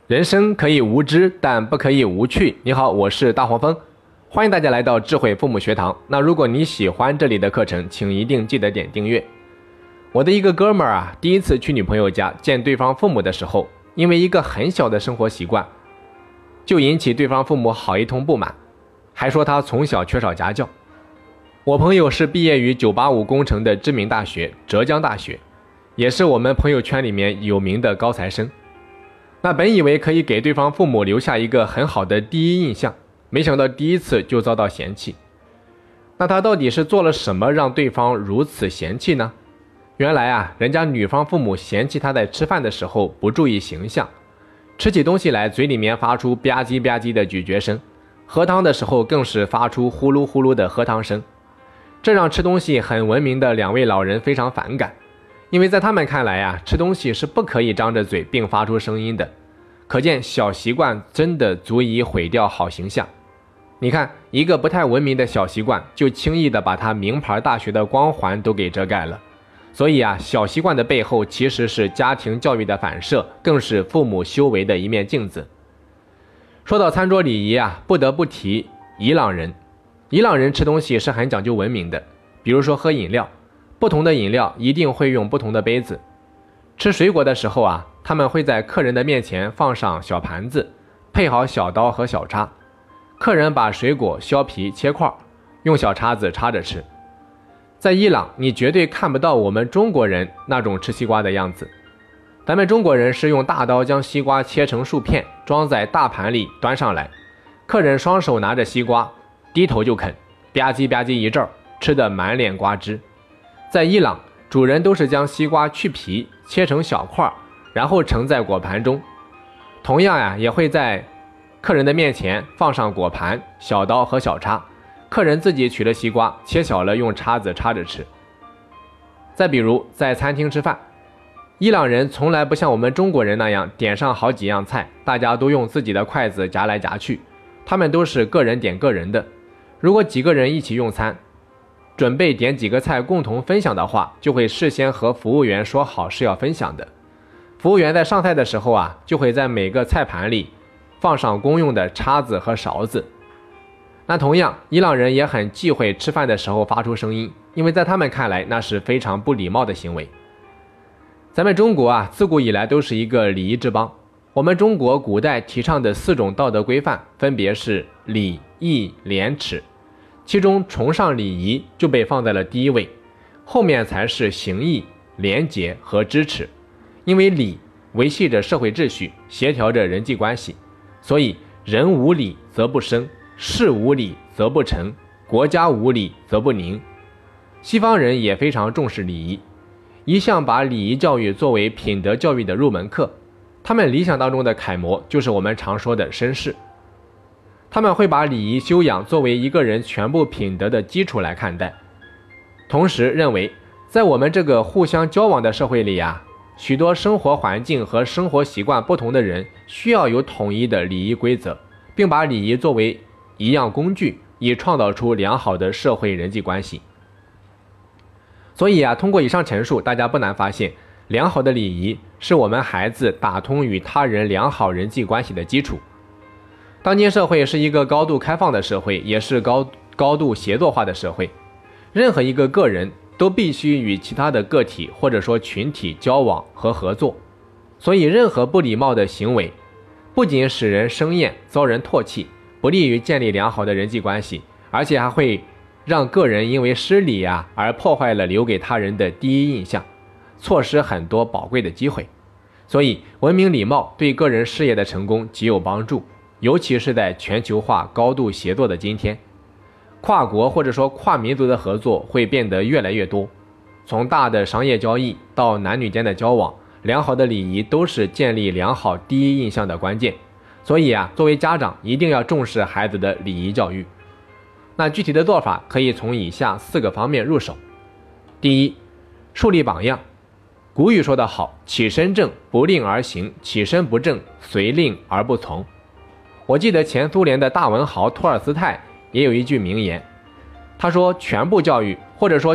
人生可以无知，但不可以无趣。你好，我是大黄蜂，欢迎大家来到智慧父母学堂。那如果你喜欢这里的课程，请一定记得点订阅。我的一个哥们儿啊，第一次去女朋友家见对方父母的时候，因为一个很小的生活习惯，就引起对方父母好一通不满，还说他从小缺少家教。我朋友是毕业于985工程的知名大学浙江大学，也是我们朋友圈里面有名的高材生。那本以为可以给对方父母留下一个很好的第一印象，没想到第一次就遭到嫌弃。那他到底是做了什么让对方如此嫌弃呢？原来啊，人家女方父母嫌弃他在吃饭的时候不注意形象，吃起东西来嘴里面发出吧唧吧唧的咀嚼声，喝汤的时候更是发出呼噜呼噜的喝汤声，这让吃东西很文明的两位老人非常反感。因为在他们看来啊，吃东西是不可以张着嘴并发出声音的，可见小习惯真的足以毁掉好形象。你看，一个不太文明的小习惯，就轻易的把他名牌大学的光环都给遮盖了。所以啊，小习惯的背后其实是家庭教育的反射，更是父母修为的一面镜子。说到餐桌礼仪啊，不得不提伊朗人。伊朗人吃东西是很讲究文明的，比如说喝饮料，不同的饮料一定会用不同的杯子。吃水果的时候啊，他们会在客人的面前放上小盘子，配好小刀和小叉，客人把水果削皮切块，用小叉子插着吃。在伊朗，你绝对看不到我们中国人那种吃西瓜的样子。咱们中国人是用大刀将西瓜切成数片，装在大盘里端上来，客人双手拿着西瓜，低头就啃，吧唧吧唧一阵儿，吃得满脸瓜汁。在伊朗，主人都是将西瓜去皮，切成小块，然后盛在果盘中。同样呀，也会在客人的面前放上果盘、小刀和小叉，客人自己取了西瓜，切小了用叉子插着吃。再比如在餐厅吃饭，伊朗人从来不像我们中国人那样点上好几样菜，大家都用自己的筷子夹来夹去，他们都是个人点个人的。如果几个人一起用餐，准备点几个菜共同分享的话，就会事先和服务员说好是要分享的。服务员在上菜的时候啊，就会在每个菜盘里放上公用的叉子和勺子。那同样，伊朗人也很忌讳吃饭的时候发出声音，因为在他们看来那是非常不礼貌的行为。咱们中国啊，自古以来都是一个礼仪之邦。我们中国古代提倡的4种道德规范分别是礼、义、廉、耻，其中崇尚礼仪就被放在了第一位，后面才是行义、廉洁和知耻。因为礼维系着社会秩序，协调着人际关系，所以人无礼则不生，事无礼则不成，国家无礼则不宁。西方人也非常重视礼仪，一向把礼仪教育作为品德教育的入门课。他们理想当中的楷模就是我们常说的绅士。他们会把礼仪修养作为一个人全部品德的基础来看待，同时认为在我们这个互相交往的社会里啊，许多生活环境和生活习惯不同的人需要有统一的礼仪规则，并把礼仪作为一样工具，以创造出良好的社会人际关系。所以啊，通过以上陈述，大家不难发现，良好的礼仪是我们孩子打通与他人良好人际关系的基础。当今社会是一个高度开放的社会，也是高度协作化的社会，任何一个个人都必须与其他的个体或者说群体交往和合作，所以任何不礼貌的行为不仅使人生厌、遭人唾弃，不利于建立良好的人际关系，而且还会让个人因为失礼而破坏了留给他人的第一印象，错失很多宝贵的机会。所以文明礼貌对个人事业的成功极有帮助，尤其是在全球化高度协作的今天，跨国或者说跨民族的合作会变得越来越多。从大的商业交易到男女间的交往，良好的礼仪都是建立良好第一印象的关键。所以作为家长一定要重视孩子的礼仪教育。那具体的做法可以从以下4个方面入手。第一，树立榜样。古语说得好，起身正，不令而行；起身不正，随令而不从。我记得前苏联的大文豪托尔斯泰也有一句名言，他说全部教育或者说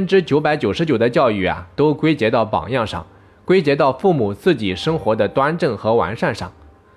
999%的教育都归结到榜样上，归结到父母自己生活的端正和完善上。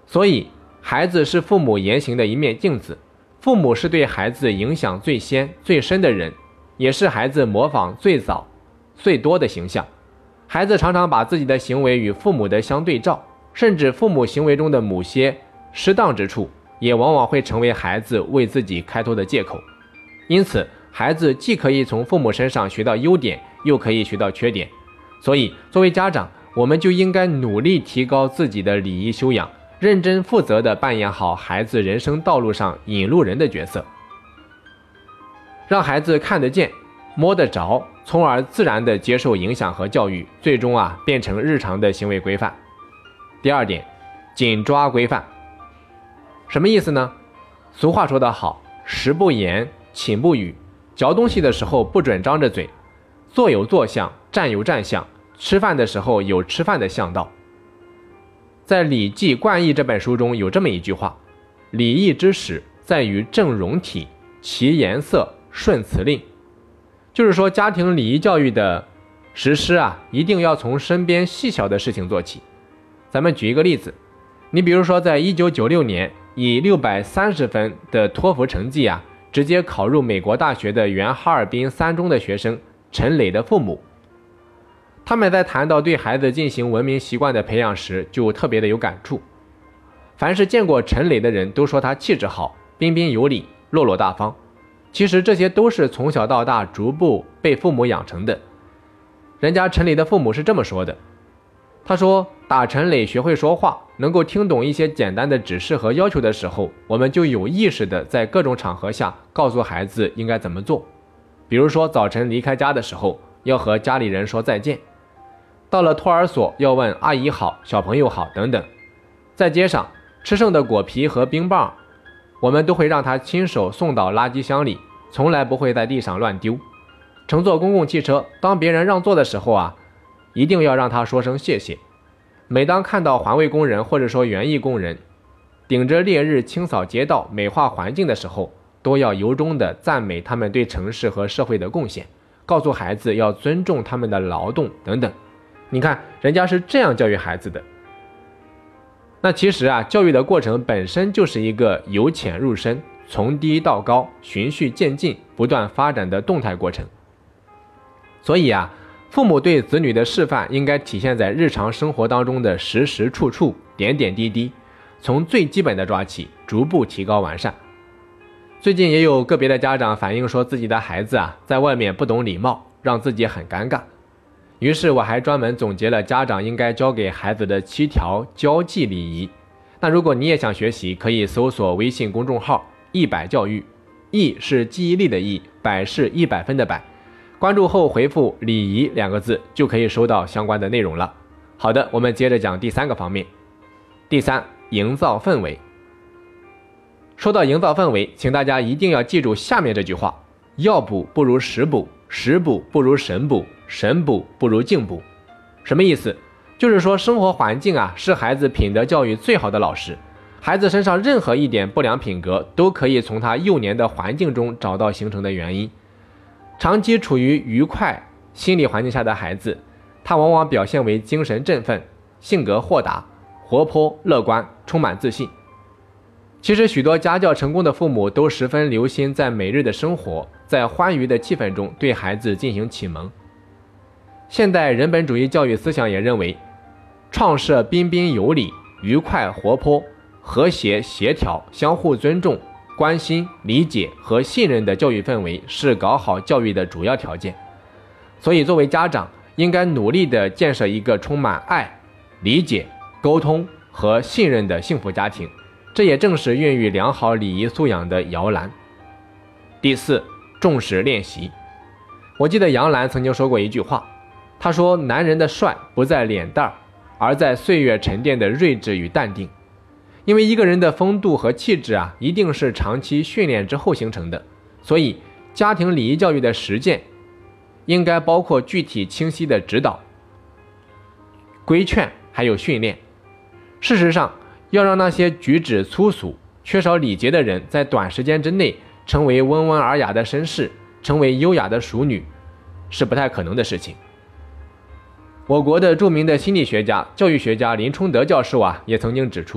所以孩子是父母言行的一面镜子，父母是对孩子影响最先最深的人，也是孩子模仿最早最多的形象。孩子常常把自己的行为与父母的相对照，甚至父母行为中的某些失当之处也往往会成为孩子为自己开脱的借口。因此孩子既可以从父母身上学到优点，又可以学到缺点。所以作为家长，我们就应该努力提高自己的礼仪修养，认真负责地扮演好孩子人生道路上引路人的角色，让孩子看得见摸得着，从而自然地接受影响和教育，最终变成日常的行为规范。第二点，紧抓规范。什么意思呢？俗话说得好，食不言，寝不语，嚼东西的时候不准张着嘴，坐有坐相，站有站相，吃饭的时候有吃饭的相道。在《礼记·冠义》这本书中有这么一句话：礼义之始，在于正容体，其颜色，顺辞令。就是说，家庭礼仪教育的实施一定要从身边细小的事情做起。咱们举一个例子，你比如说在1996年以630分的托福成绩直接考入美国大学的原哈尔滨3中的学生陈磊的父母，他们在谈到对孩子进行文明习惯的培养时，就特别的有感触。凡是见过陈磊的人都说他气质好，彬彬有礼，落落大方。其实这些都是从小到大逐步被父母养成的。人家陈磊的父母是这么说的，他说，打陈磊学会说话，能够听懂一些简单的指示和要求的时候，我们就有意识的在各种场合下告诉孩子应该怎么做。比如说早晨离开家的时候要和家里人说再见，到了托儿所要问阿姨好，小朋友好等等。在街上吃剩的果皮和冰棒，我们都会让他亲手送到垃圾箱里，从来不会在地上乱丢。乘坐公共汽车，当别人让座的时候一定要让他说声谢谢。每当看到环卫工人或者说园艺工人顶着烈日清扫街道，美化环境的时候，都要由衷的赞美他们对城市和社会的贡献，告诉孩子要尊重他们的劳动等等。你看人家是这样教育孩子的。那其实教育的过程本身就是一个由浅入深，从低到高，循序渐进，不断发展的动态过程。所以父母对子女的示范应该体现在日常生活当中的时时处处，点点滴滴，从最基本的抓起，逐步提高完善。最近也有个别的家长反映说，自己的孩子在外面不懂礼貌，让自己很尴尬。于是我还专门总结了家长应该教给孩子的7条交际礼仪。那如果你也想学习，可以搜索微信公众号100教育，1是记忆力的1，100是100分的100。关注后回复礼仪2个字，就可以收到相关的内容了。好的，我们接着讲第3个方面。第3，营造氛围。说到营造氛围，请大家一定要记住下面这句话：药补不如食补，食补不如神补，神补不如境补。什么意思？就是说生活环境是孩子品德教育最好的老师。孩子身上任何一点不良品格都可以从他幼年的环境中找到形成的原因。长期处于愉快心理环境下的孩子，他往往表现为精神振奋，性格豁达，活泼乐观，充满自信。其实许多家教成功的父母都十分留心在每日的生活，在欢愉的气氛中对孩子进行启蒙。现代人本主义教育思想也认为，创设彬彬有礼、愉快活泼、和谐协调、相互尊重、关心、理解和信任的教育氛围是搞好教育的主要条件。所以作为家长，应该努力地建设一个充满爱、理解、沟通和信任的幸福家庭，这也正是孕育良好礼仪素养的摇篮。第4，重视练习。我记得杨澜曾经说过一句话，她说，男人的帅不在脸蛋，而在岁月沉淀的睿智与淡定。因为一个人的风度和气质一定是长期训练之后形成的，所以家庭礼仪教育的实践应该包括具体清晰的指导、规劝还有训练。事实上，要让那些举止粗俗、缺少礼节的人在短时间之内成为温文尔雅的绅士，成为优雅的淑女，是不太可能的事情。我国的著名的心理学家、教育学家林冲德教授也曾经指出，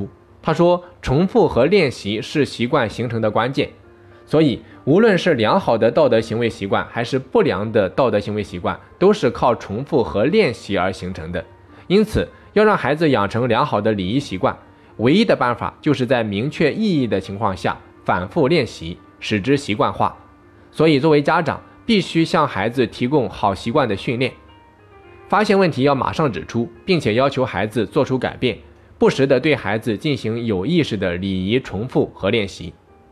他说，重复和练习是习惯形成的关键。所以，无论是良好的道德行为习惯，还是不良的道德行为习惯，都是靠重复和练习而形成的。因此，要让孩子养成良好的礼仪习惯，唯一的办法就是在明确意义的情况下反复练习，使之习惯化。所以，作为家长，必须向孩子提供好习惯的训练，发现问题要马上指出，并且要求孩子做出改变，不时地对孩子进行有意识的礼仪重复和练习。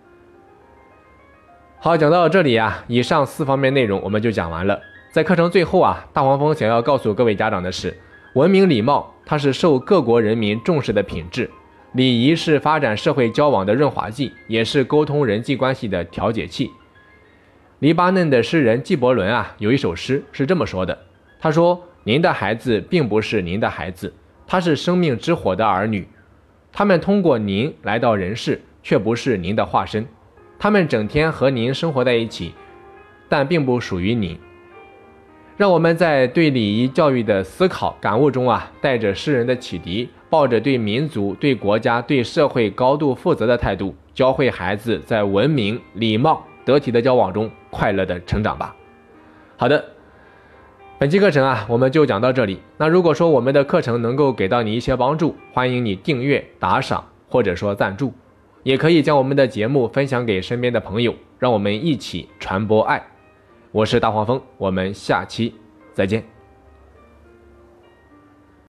好，讲到这里啊，以上4方面内容我们就讲完了。在课程最后啊，大黄蜂想要告诉各位家长的是，文明礼貌它是受各国人民重视的品质，礼仪是发展社会交往的润滑剂，也是沟通人际关系的调节器。黎巴嫩的诗人纪伯伦啊，有一首诗是这么说的，他说，您的孩子并不是您的孩子，他是生命之火的儿女，他们通过您来到人世，却不是您的化身，他们整天和您生活在一起，但并不属于您。让我们在对礼仪教育的思考感悟中啊，带着诗人的启迪，抱着对民族、对国家、对社会高度负责的态度，教会孩子在文明、礼貌、得体的交往中快乐的成长吧。好的，本期课程啊，我们就讲到这里。那如果说我们的课程能够给到你一些帮助，欢迎你订阅、打赏或者说赞助，也可以将我们的节目分享给身边的朋友，让我们一起传播爱。我是大黄蜂，我们下期再见。